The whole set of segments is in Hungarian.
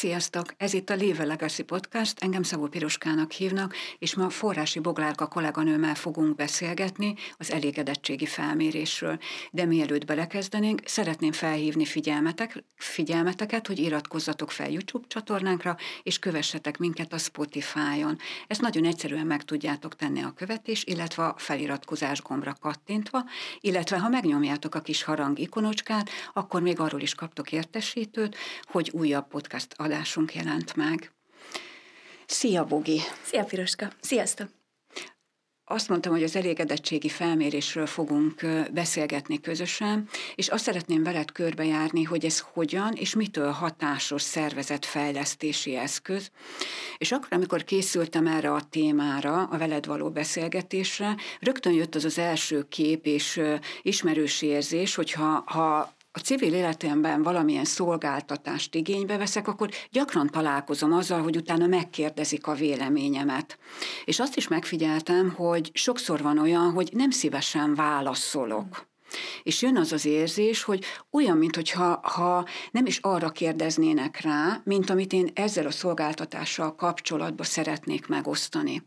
Sziasztok! Ez itt a Live a Legacy Podcast, engem Szabó Piroskának hívnak, és ma Forrási Boglárka kolléganőmmel fogunk beszélgetni az elégedettségi felmérésről. De mielőtt belekezdenénk, szeretném felhívni figyelmeteket, hogy iratkozzatok fel YouTube csatornánkra, és kövessetek minket a Spotify-on. Ezt nagyon egyszerűen meg tudjátok tenni a követés, illetve a feliratkozás gombra kattintva, illetve ha megnyomjátok a kis harang ikonocskát, akkor még arról is kaptok értesítőt, hogy újabb podcast adásunk jelent meg. Szia, Bogi! Szia, Piroska! Sziasztok! Azt mondtam, hogy az elégedettségi felmérésről fogunk beszélgetni közösen, és azt szeretném veled körbejárni, hogy ez hogyan és mitől hatásos szervezetfejlesztési eszköz. És akkor, amikor készültem erre a témára, a veled való beszélgetésre, rögtön jött az első kép és ismerősi érzés, hogyha a civil életemben valamilyen szolgáltatást igénybe veszek, akkor gyakran találkozom azzal, hogy utána megkérdezik a véleményemet. És azt is megfigyeltem, hogy sokszor van olyan, hogy nem szívesen válaszolok. És jön az érzés, hogy olyan, mintha nem is arra kérdeznének rá, mint amit én ezzel a szolgáltatással kapcsolatban szeretnék megosztani.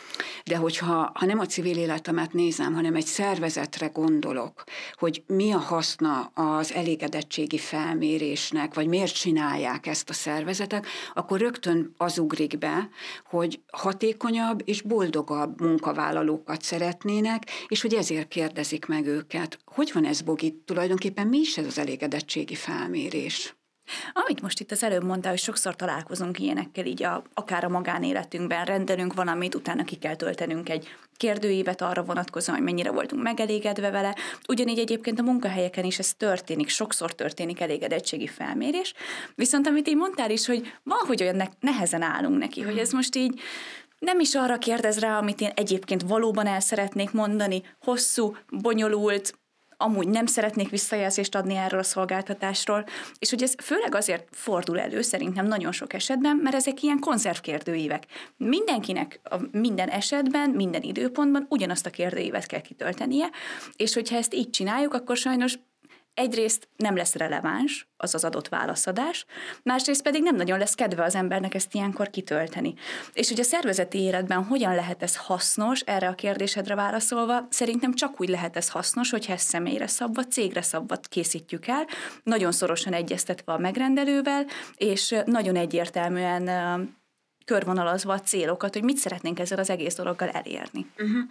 De hogyha nem a civil életemet nézem, hanem egy szervezetre gondolok, hogy mi a haszna az elégedettségi felmérésnek, vagy miért csinálják ezt a szervezetek, akkor rögtön az ugrik be, hogy hatékonyabb és boldogabb munkavállalókat szeretnének, és hogy ezért kérdezik meg őket. Hogy van ez, Bogi? Tulajdonképpen mi is ez az elégedettségi felmérés? Amit most itt az előbb mondtál, hogy sokszor találkozunk ilyenekkel, így akár a magánéletünkben rendelünk valamit, utána ki kell töltenünk egy kérdőívet arra vonatkozóan, hogy mennyire voltunk megelégedve vele. Ugyanígy egyébként a munkahelyeken is ez történik, sokszor történik elégedettségi felmérés. Viszont amit így mondtál is, hogy valahogy olyan nehezen állunk neki, hogy ez most így nem is arra kérdez rá, amit én egyébként valóban el szeretnék mondani, hosszú, bonyolult, amúgy nem szeretnék visszajelzést adni erről a szolgáltatásról, és hogy ez főleg azért fordul elő szerintem nagyon sok esetben, mert ezek ilyen konzervkérdőívek. Mindenkinek minden esetben, minden időpontban ugyanazt a kérdőívet kell kitöltenie, és hogyha ezt így csináljuk, akkor sajnos egyrészt nem lesz releváns az adott válaszadás, másrészt pedig nem nagyon lesz kedve az embernek ezt ilyenkor kitölteni. És hogy a szervezeti életben hogyan lehet ez hasznos, erre a kérdésedre válaszolva, szerintem csak úgy lehet ez hasznos, hogyha ezt személyre szabva, cégre szabva készítjük el, nagyon szorosan egyeztetve a megrendelővel, és nagyon egyértelműen körvonalazva a célokat, hogy mit szeretnénk ezzel az egész dologgal elérni.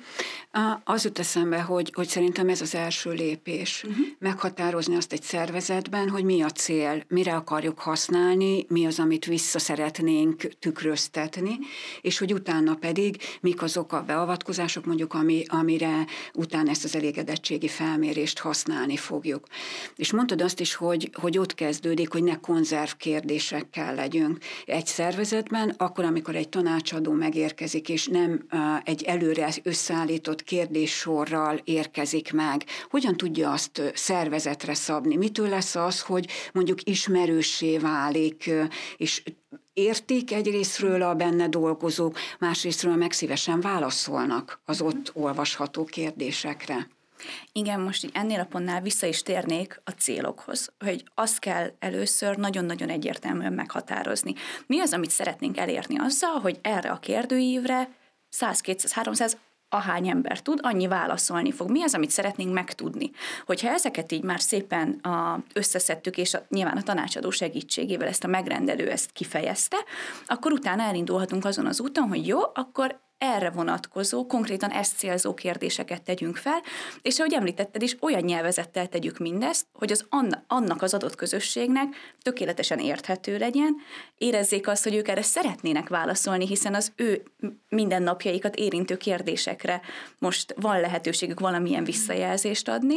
Az jut eszembe, hogy szerintem ez az első lépés. Meghatározni azt egy szervezetben, hogy mi a cél, mire akarjuk használni, mi az, amit vissza szeretnénk tükröztetni, és hogy utána pedig mik azok a beavatkozások, mondjuk, amire utána ezt az elégedettségi felmérést használni fogjuk. És mondtad azt is, hogy ott kezdődik, hogy ne konzerv kérdésekkel legyünk. Egy szervezetben akkor, amikor egy tanácsadó megérkezik, és nem egy előre összeállított kérdéssorral érkezik meg, hogyan tudja azt szervezetre szabni? Mitől lesz az, hogy mondjuk ismerőssé válik, és értik egyrésztről a benne dolgozók, másrésztről meg szívesen válaszolnak az ott olvasható kérdésekre? Igen, most így ennél a pontnál vissza is térnék a célokhoz, hogy azt kell először nagyon-nagyon egyértelműen meghatározni. Mi az, amit szeretnénk elérni azzal, hogy erre a kérdőívre 100, 200, 300, ahány ember tud, annyi válaszolni fog. Mi az, amit szeretnénk megtudni? Hogyha ezeket így már szépen összeszedtük, és nyilván a tanácsadó segítségével ezt a megrendelő ezt kifejezte, akkor utána elindulhatunk azon az úton, hogy jó, akkor erre vonatkozó, konkrétan ezt célzó kérdéseket tegyünk fel, és ahogy említetted is, olyan nyelvezettel tegyük mindezt, hogy annak az adott közösségnek tökéletesen érthető legyen, érezzék azt, hogy ők erre szeretnének válaszolni, hiszen az ő mindennapjaikat érintő kérdésekre most van lehetőségük valamilyen visszajelzést adni,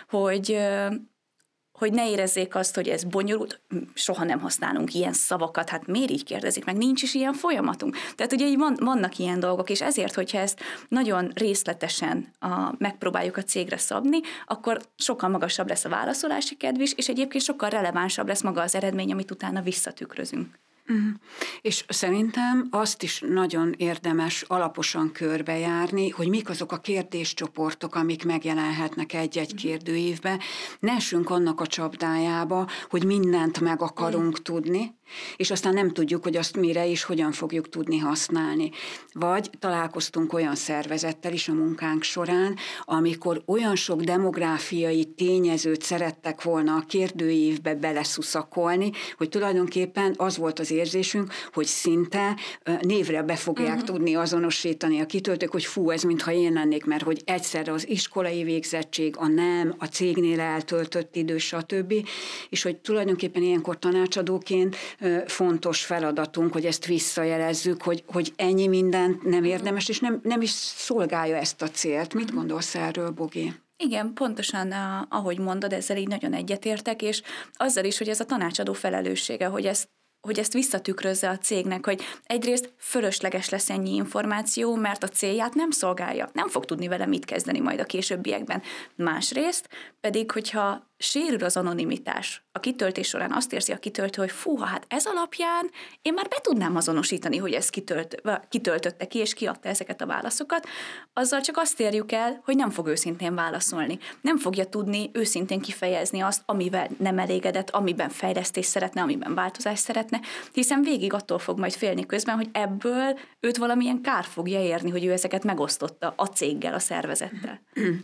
hogy ne érezzék azt, hogy ez bonyolult, soha nem használunk ilyen szavakat, hát miért így kérdezik meg, nincs is ilyen folyamatunk. Tehát ugye így vannak ilyen dolgok, és ezért, hogyha ezt nagyon részletesen megpróbáljuk a cégre szabni, akkor sokkal magasabb lesz a válaszolási kedv is, és egyébként sokkal relevánsabb lesz maga az eredmény, amit utána visszatükrözünk. És szerintem azt is nagyon érdemes alaposan körbejárni, hogy mik azok a kérdéscsoportok, amik megjelenhetnek egy-egy kérdőívbe. Ne essünk annak a csapdájába, hogy mindent meg akarunk tudni, és aztán nem tudjuk, hogy azt mire és hogyan fogjuk tudni használni. Vagy találkoztunk olyan szervezettel is a munkánk során, amikor olyan sok demográfiai tényezőt szerettek volna a kérdőívbe beleszuszakolni, hogy tulajdonképpen az volt az érzésünk, hogy szinte névre be fogják tudni azonosítani a kitöltők, hogy fú, ez mintha én lennék, mert hogy egyszerre az iskolai végzettség, a nem, a cégnél eltöltött idő, stb. És hogy tulajdonképpen ilyenkor tanácsadóként fontos feladatunk, hogy ezt visszajelezzük, hogy ennyi mindent nem érdemes, és nem is szolgálja ezt a célt. Mit gondolsz erről, Bogi? Igen, pontosan, ahogy mondod, ezzel így nagyon egyetértek, és azzal is, hogy ez a tanácsadó felelőssége, hogy ezt visszatükrözze a cégnek, hogy egyrészt fölösleges lesz ennyi információ, mert a célját nem szolgálja, nem fog tudni vele mit kezdeni majd a későbbiekben. Másrészt pedig, hogyha sérül az anonimitás, a kitöltés során azt érzi a kitöltő, hogy fúha, hát ez alapján én már be tudnám azonosítani, hogy ezt kitöltötte ki, és kiadta ezeket a válaszokat, azzal csak azt érjük el, hogy nem fog őszintén válaszolni. Nem fogja tudni őszintén kifejezni azt, amivel nem elégedett, amiben fejlesztést szeretne, amiben változást szeretne, hiszen végig attól fog majd félni közben, hogy ebből őt valamilyen kár fogja érni, hogy ő ezeket megosztotta a céggel, a szervezettel.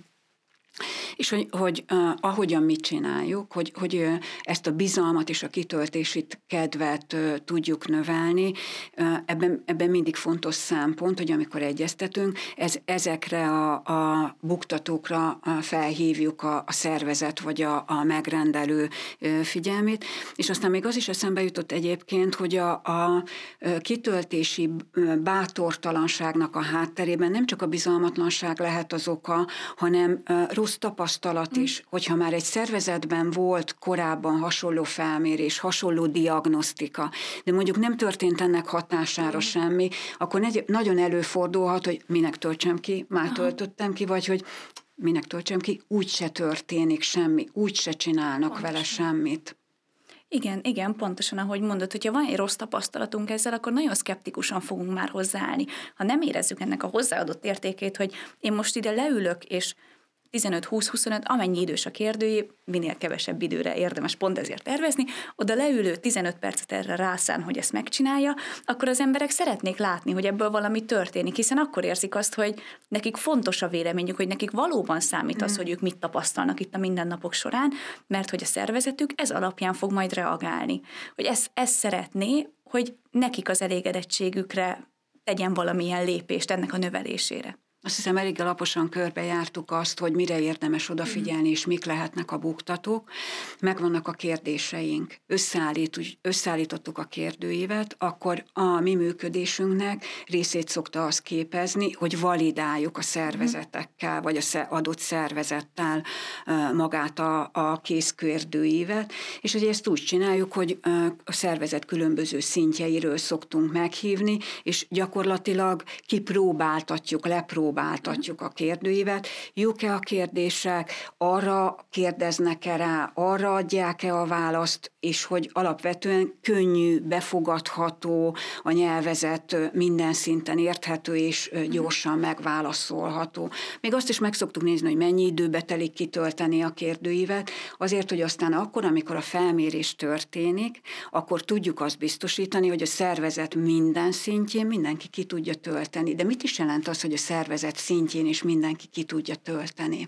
És hogy ahogyan mit csináljuk, hogy ezt a bizalmat és a kitöltési kedvet tudjuk növelni, ebben mindig fontos szempont, hogy amikor egyeztetünk, ezekre a buktatókra felhívjuk a szervezet vagy a megrendelő figyelmét, és aztán még az is eszembe jutott egyébként, hogy a kitöltési bátortalanságnak a hátterében nem csak a bizalmatlanság lehet az oka, hanem rossz tapasztalat is, hogyha már egy szervezetben volt korábban hasonló felmérés, hasonló diagnosztika, de mondjuk nem történt ennek hatására semmi, akkor nagyon előfordulhat, hogy minek töltsem ki, már töltöttem ki, vagy hogy minek töltsem ki, úgyse történik semmi, úgyse csinálnak vele semmit. Igen, pontosan, ahogy mondod, hogyha van egy rossz tapasztalatunk ezzel, akkor nagyon szkeptikusan fogunk már hozzáállni. Ha nem érezzük ennek a hozzáadott értékét, hogy én most ide leülök, és 15-20-25, amennyi idős a kérdői, minél kevesebb időre érdemes pont ezért tervezni, oda leülő 15 percet erre rászán, hogy ezt megcsinálja, akkor az emberek szeretnék látni, hogy ebből valami történik, hiszen akkor érzik azt, hogy nekik fontos a véleményük, hogy nekik valóban számít az, hogy ők mit tapasztalnak itt a mindennapok során, mert hogy a szervezetük ez alapján fog majd reagálni. Hogy ezt szeretné, hogy nekik az elégedettségükre tegyen valamilyen lépést ennek a növelésére. Azt hiszem, elég alaposan körbejártuk azt, hogy mire érdemes odafigyelni, és mik lehetnek a buktatók. Megvannak a kérdéseink. Összeállítottuk a kérdőívet, akkor a mi működésünknek részét szokta azt képezni, hogy validáljuk a szervezetekkel, vagy az adott szervezettel magát a kész kérdőívet, és hogy ezt úgy csináljuk, hogy a szervezet különböző szintjeiről szoktunk meghívni, és gyakorlatilag kipróbáltatjuk, lepróbáltatjuk a kérdőívet. Jók-e a kérdések, arra kérdeznek-e rá, arra adják-e a választ, és hogy alapvetően könnyű, befogadható, a nyelvezet minden szinten érthető és gyorsan megválaszolható. Még azt is meg szoktuk nézni, hogy mennyi időbe telik kitölteni a kérdőívet, azért, hogy aztán akkor, amikor a felmérés történik, akkor tudjuk azt biztosítani, hogy a szervezet minden szintjén mindenki ki tudja tölteni. De mit is jelent az, hogy a szervezet szintjén is mindenki ki tudja tölteni?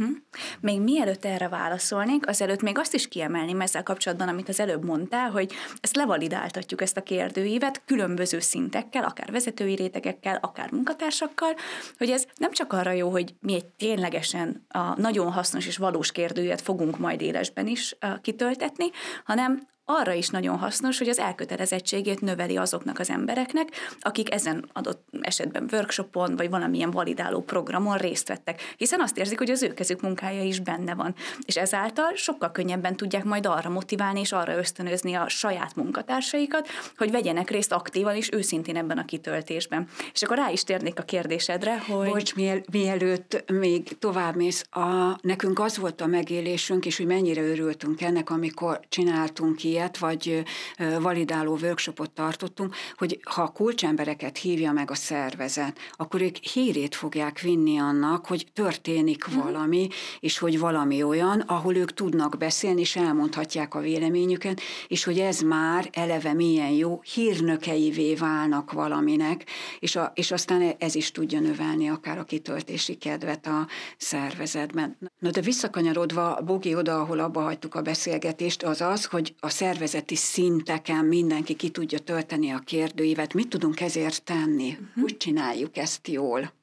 Még mielőtt erre válaszolnék, azelőtt még azt is kiemelném ezzel kapcsolatban, amit az előbb mondtál, hogy ezt levalidáltatjuk, ezt a kérdőívet különböző szintekkel, akár vezetői rétegekkel, akár munkatársakkal, hogy ez nem csak arra jó, hogy mi egy ténylegesen nagyon hasznos és valós kérdőívet fogunk majd élesben is kitöltetni, hanem arra is nagyon hasznos, hogy az elkötelezettségét növeli azoknak az embereknek, akik ezen adott esetben workshopon, vagy valamilyen validáló programon részt vettek, hiszen azt érzik, hogy az ő kezük munkája is benne van. És ezáltal sokkal könnyebben tudják majd arra motiválni, és arra ösztönözni a saját munkatársaikat, hogy vegyenek részt aktívan és őszintén ebben a kitöltésben. És akkor rá is térnék a kérdésedre, hogy... Bocs, mielőtt még továbbmész, nekünk az volt a megélésünk, és hogy mennyire örültünk ennek, amikor csináltunk ilyet, vagy validáló workshopot tartottunk, hogy ha a kulcsembereket hívja meg a szervezet, akkor ők hírét fogják vinni annak, hogy történik valami, és hogy valami olyan, ahol ők tudnak beszélni, és elmondhatják a véleményüket, és hogy ez már eleve milyen jó, hírnökeivé válnak valaminek, és aztán ez is tudja növelni akár a kitöltési kedvet a szervezetben. Na de visszakanyarodva, Bogi, oda, ahol abba hagytuk a beszélgetést, az, hogy a szervezeti szinteken mindenki ki tudja tölteni a kérdőívet. Mit tudunk ezért tenni? Úgy csináljuk ezt jól.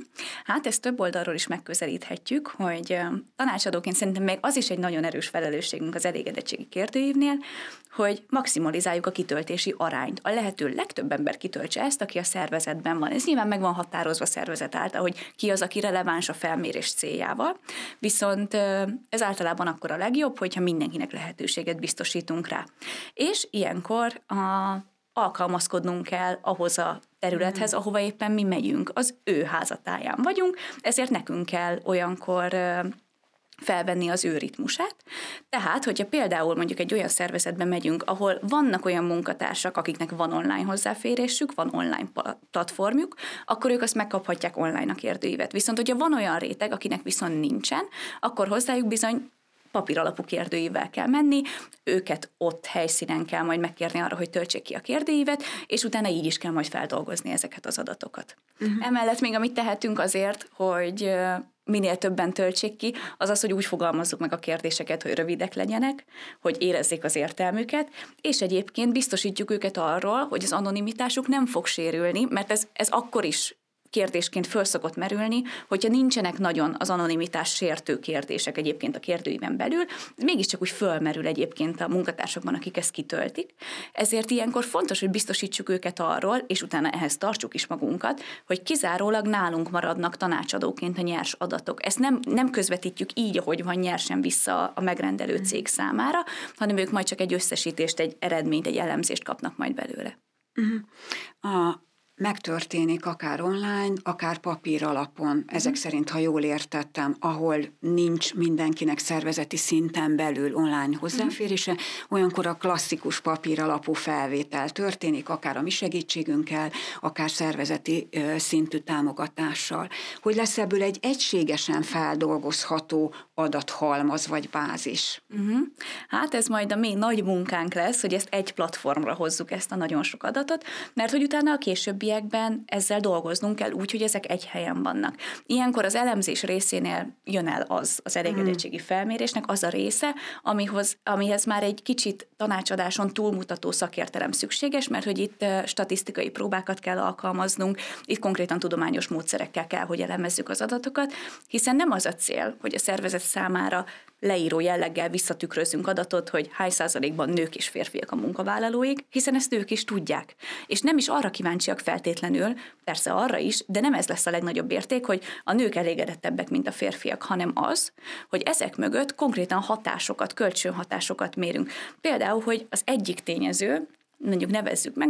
Hát ezt több oldalról is megközelíthetjük, hogy tanácsadóként szerintem még az is egy nagyon erős felelősségünk az elégedettségi kérdőívnél, hogy maximalizáljuk a kitöltési arányt. A lehető legtöbb ember kitöltse ezt, aki a szervezetben van. Ez nyilván meg van határozva a szervezet által, hogy ki az, aki releváns a felmérés céljával, viszont ez általában akkor a legjobb, hogyha mindenkinek lehetőséget biztosítunk rá. És ilyenkor alkalmazkodnunk kell ahhoz a területhez, ahova éppen mi megyünk. Az ő házatáján vagyunk, ezért nekünk kell olyankor felvenni az ő ritmusát. Tehát, hogyha például mondjuk egy olyan szervezetbe megyünk, ahol vannak olyan munkatársak, akiknek van online hozzáférésük, van online platformjuk, akkor ők azt megkaphatják online a kérdőívet. Viszont, hogyha van olyan réteg, akinek viszont nincsen, akkor hozzájuk bizony papíralapú kérdőívvel kell menni, őket ott helyszínen kell majd megkérni arra, hogy töltsék ki a kérdőívet, és utána így is kell majd feldolgozni ezeket az adatokat. Emellett még amit tehetünk azért, hogy minél többen töltsék ki, az az, hogy úgy fogalmazzuk meg a kérdéseket, hogy rövidek legyenek, hogy érezzék az értelmüket, és egyébként biztosítjuk őket arról, hogy az anonimitásuk nem fog sérülni, mert ez akkor is kérdésként föl szokott merülni, hogyha nincsenek nagyon az anonimitás sértő kérdések egyébként a kérdőíven belül, ez mégiscsak úgy fölmerül egyébként a munkatársakban, akik ezt kitöltik. Ezért ilyenkor fontos, hogy biztosítsuk őket arról, és utána ehhez tartsuk is magunkat, hogy kizárólag nálunk maradnak tanácsadóként a nyers adatok. Ezt nem közvetítjük így, ahogy van nyersen vissza a megrendelő cég számára, hanem ők majd csak egy összesítést, egy eredményt, egy elemzést kapnak majd belőle. Megtörténik akár online, akár papír alapon, ezek szerint, ha jól értettem, ahol nincs mindenkinek szervezeti szinten belül online hozzáférése, olyankor a klasszikus papír alapú felvétel történik, akár a mi segítségünkkel, akár szervezeti szintű támogatással. Hogy lesz ebből egy egységesen feldolgozható adathalmaz vagy bázis? Hát ez majd a mi nagy munkánk lesz, hogy ezt egy platformra hozzuk, ezt a nagyon sok adatot, mert hogy utána a későbbiekben ezzel dolgoznunk kell úgy, hogy ezek egy helyen vannak. Ilyenkor az elemzés részénél jön el az elégedettségi felmérésnek az a része, amihez már egy kicsit tanácsadáson túlmutató szakértelem szükséges, mert hogy itt statisztikai próbákat kell alkalmaznunk, itt konkrétan tudományos módszerekkel kell, hogy elemezzük az adatokat, hiszen nem az a cél, hogy a szervezet számára leíró jelleggel visszatükrözzünk adatot, hogy hány százalékban nők és férfiak a munkavállalóik, hiszen ezt ők is tudják. És nem is arra kíváncsiak feltétlenül, persze arra is, de nem ez lesz a legnagyobb érték, hogy a nők elégedettebbek, mint a férfiak, hanem az, hogy ezek mögött konkrétan hatásokat, kölcsönhatásokat mérünk. Például, hogy az egyik tényező, mondjuk nevezzük meg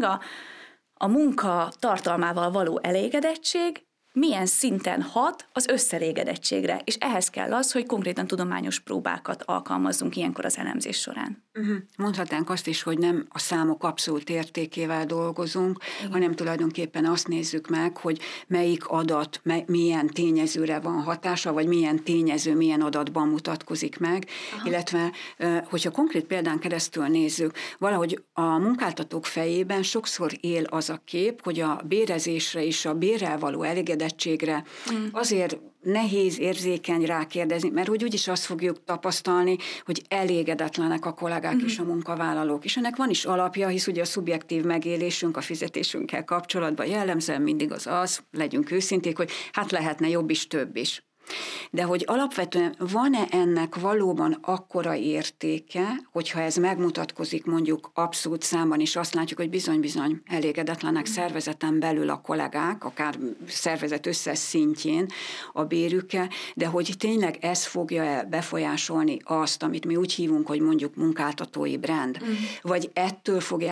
a munka tartalmával való elégedettség, milyen szinten hat az összelégedettségre, és ehhez kell az, hogy konkrétan tudományos próbákat alkalmazzunk ilyenkor az elemzés során. Mondhatnánk azt is, hogy nem a számok abszolút értékével dolgozunk, hanem tulajdonképpen azt nézzük meg, hogy melyik adat, milyen tényezőre van hatása, vagy milyen tényező, milyen adatban mutatkozik meg, illetve, hogyha konkrét példán keresztül nézzük, valahogy a munkáltatók fejében sokszor él az a kép, hogy a bérezésre és a bérrel való elégedettségre azért nehéz, érzékeny rákérdezni, mert hogy úgyis azt fogjuk tapasztalni, hogy elégedetlenek a kollégák és a munkavállalók. És ennek van is alapja, hisz ugye a szubjektív megélésünk a fizetésünkkel kapcsolatban jellemzően mindig az, legyünk őszinték, hogy hát lehetne jobb is, több is. De hogy alapvetően van-e ennek valóban akkora értéke, hogyha ez megmutatkozik mondjuk abszolút számban, és azt látjuk, hogy bizony-bizony elégedetlenek szervezeten belül a kollégák, akár szervezet összes szintjén a bérükkel, de hogy tényleg ez fogja befolyásolni azt, amit mi úgy hívunk, hogy mondjuk munkáltatói brand, vagy ettől fogják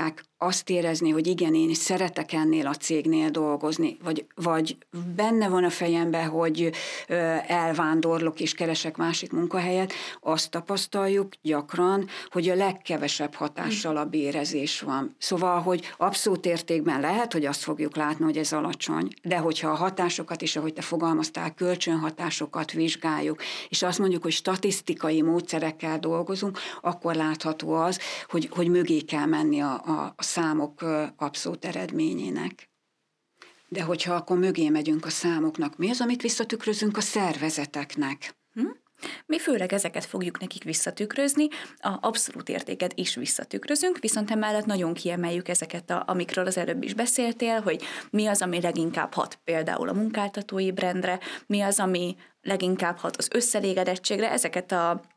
azt érezni, hogy igen, én szeretek ennél a cégnél dolgozni, vagy benne van a fejemben, hogy elvándorlok és keresek másik munkahelyet, azt tapasztaljuk gyakran, hogy a legkevesebb hatással a bérezés van. Szóval, hogy abszolút értékben lehet, hogy azt fogjuk látni, hogy ez alacsony, de hogyha a hatásokat is, ahogy te fogalmaztál, kölcsönhatásokat vizsgáljuk, és azt mondjuk, hogy statisztikai módszerekkel dolgozunk, akkor látható az, hogy mögé kell menni a számok abszolút eredményének. De hogyha akkor mögé megyünk a számoknak, mi az, amit visszatükrözünk a szervezeteknek? Mi főleg ezeket fogjuk nekik visszatükrözni, a abszolút értéket is visszatükrözünk, viszont emellett nagyon kiemeljük ezeket, amikről az előbb is beszéltél, hogy mi az, ami leginkább hat például a munkáltatói brandre, mi az, ami leginkább hat az összelégedettségre, ezeket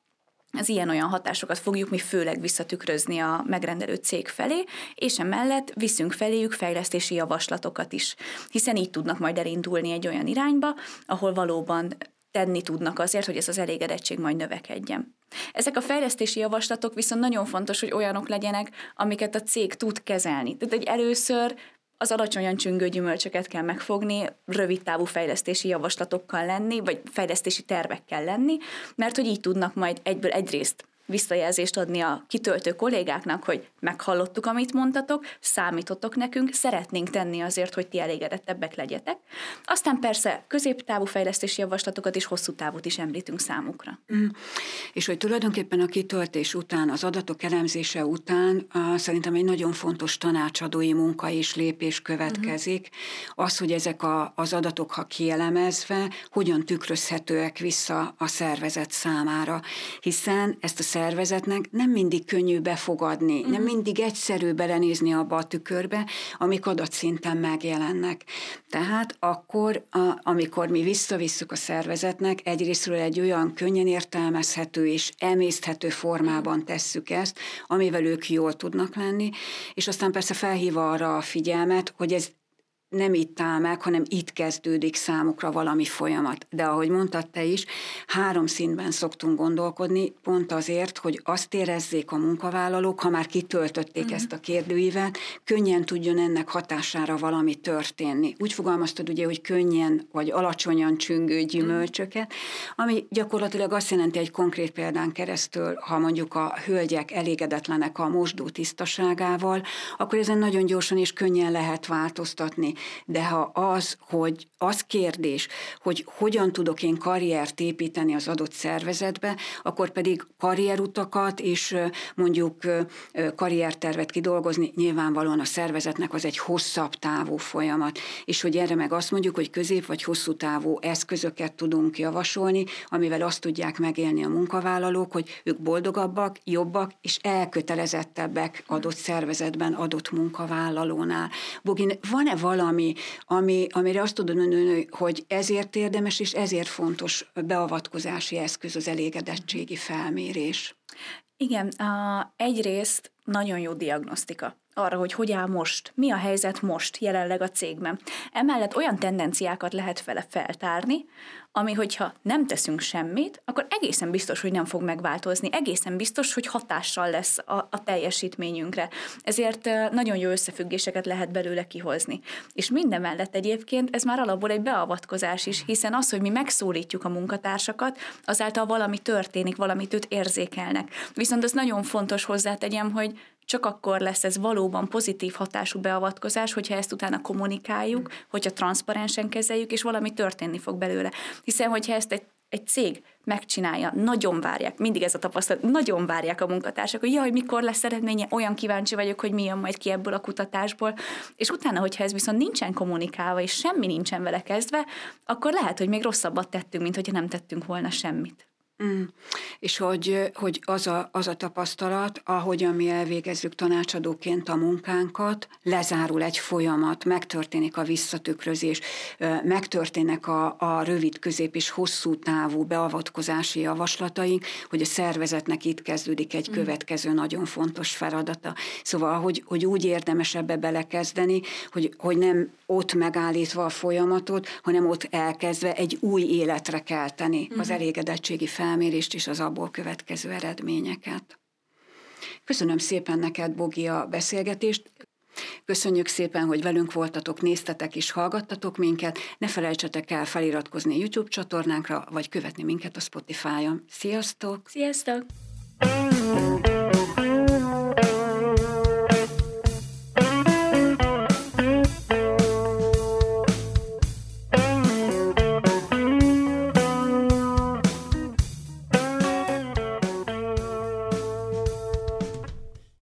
az ilyen-olyan hatásokat fogjuk mi főleg visszatükrözni a megrendelő cég felé, és emellett viszünk feléjük fejlesztési javaslatokat is, hiszen így tudnak majd elindulni egy olyan irányba, ahol valóban tenni tudnak azért, hogy ez az elégedettség majd növekedjen. Ezek a fejlesztési javaslatok viszont nagyon fontos, hogy olyanok legyenek, amiket a cég tud kezelni. Tehát, hogy először az alacsonyan csüngő gyümölcsöket kell megfogni, rövid távú fejlesztési javaslatokkal lenni, vagy fejlesztési tervekkel lenni, mert hogy így tudnak majd egyből egyrészt visszajelzést adni a kitöltő kollégáknak, hogy meghallottuk, amit mondtatok, számítotok nekünk, szeretnénk tenni azért, hogy ti elégedettebbek legyetek. Aztán persze középtávú fejlesztési javaslatokat és hosszú távút is említünk számukra. És hogy tulajdonképpen a kitöltés után, az adatok elemzése után szerintem egy nagyon fontos tanácsadói munka és lépés következik. Az, hogy ezek az adatok, ha kielemezve, hogyan tükrözhetőek vissza a szervezet számára. Hiszen ezt a szervezetnek nem mindig könnyű befogadni, nem mindig egyszerű belenézni abba a tükörbe, amik adatszinten megjelennek. Tehát akkor, amikor mi visszavisszük a szervezetnek, egyrésztről egy olyan könnyen értelmezhető és emészthető formában tesszük ezt, amivel ők jól tudnak lenni, és aztán persze felhívva arra a figyelmet, hogy ez nem itt áll meg, hanem itt kezdődik számukra valami folyamat. De ahogy mondtad te is, 3 szintben szoktunk gondolkodni, pont azért, hogy azt érezzék a munkavállalók, ha már kitöltötték ezt a kérdőívet, könnyen tudjon ennek hatására valami történni. Úgy fogalmaztad ugye, hogy könnyen vagy alacsonyan csüngő gyümölcsöket, ami gyakorlatilag azt jelenti egy konkrét példán keresztül, ha mondjuk a hölgyek elégedetlenek a mosdó tisztaságával, akkor ezen nagyon gyorsan és könnyen lehet változtatni. De ha az kérdés, hogy hogyan tudok én karriert építeni az adott szervezetbe, akkor pedig karrierutakat és mondjuk karriertervet kidolgozni, nyilvánvalóan a szervezetnek az egy hosszabb távú folyamat. És hogy erre meg azt mondjuk, hogy közép vagy hosszú távú eszközöket tudunk javasolni, amivel azt tudják megélni a munkavállalók, hogy ők boldogabbak, jobbak és elkötelezettebbek adott szervezetben, adott munkavállalónál. Bogin, van-e valami, amire azt tudod mondani, hogy ezért érdemes és ezért fontos beavatkozási eszköz az elégedettségi felmérés? Igen, egyrészt nagyon jó diagnosztika arra, hogy áll most, mi a helyzet most jelenleg a cégben. Emellett olyan tendenciákat lehet vele feltárni, ami, hogyha nem teszünk semmit, akkor egészen biztos, hogy nem fog megváltozni, egészen biztos, hogy hatással lesz a teljesítményünkre. Ezért nagyon jó összefüggéseket lehet belőle kihozni. És mindemellett egyébként ez már alapból egy beavatkozás is, hiszen az, hogy mi megszólítjuk a munkatársakat, azáltal valami történik, valamit őt érzékelnek. Viszont az nagyon fontos hozzátegyem, hogy csak akkor lesz ez valóban pozitív hatású beavatkozás, hogyha ezt utána kommunikáljuk, hogyha transzparensen kezeljük, és valami történni fog belőle. Hiszen, hogyha ezt egy cég megcsinálja, nagyon várják, mindig ez a tapasztalat, nagyon várják a munkatársak, hogy jaj, mikor lesz eredménye, olyan kíváncsi vagyok, hogy mi jön majd ki ebből a kutatásból, és utána, hogyha ez viszont nincsen kommunikálva, és semmi nincsen vele kezdve, akkor lehet, hogy még rosszabbat tettünk, mint hogyha nem tettünk volna semmit. És hogy az a tapasztalat, ahogyan mi elvégezzük tanácsadóként a munkánkat, lezárul egy folyamat, megtörténik a visszatükrözés, megtörténnek a rövid, közép és hosszú távú beavatkozási javaslataink, hogy a szervezetnek itt kezdődik egy következő nagyon fontos feladata. Szóval, hogy úgy érdemes ebbe belekezdeni, hogy nem ott megállítva a folyamatot, hanem ott elkezdve egy új életre kelteni az elégedettségi felmérést és az abból következő eredményeket. Köszönöm szépen neked, Bogi, a beszélgetést. Köszönjük szépen, hogy velünk voltatok, néztetek és hallgattatok minket. Ne felejtsetek el feliratkozni YouTube csatornánkra, vagy követni minket a Spotify-on. Sziasztok! Sziasztok!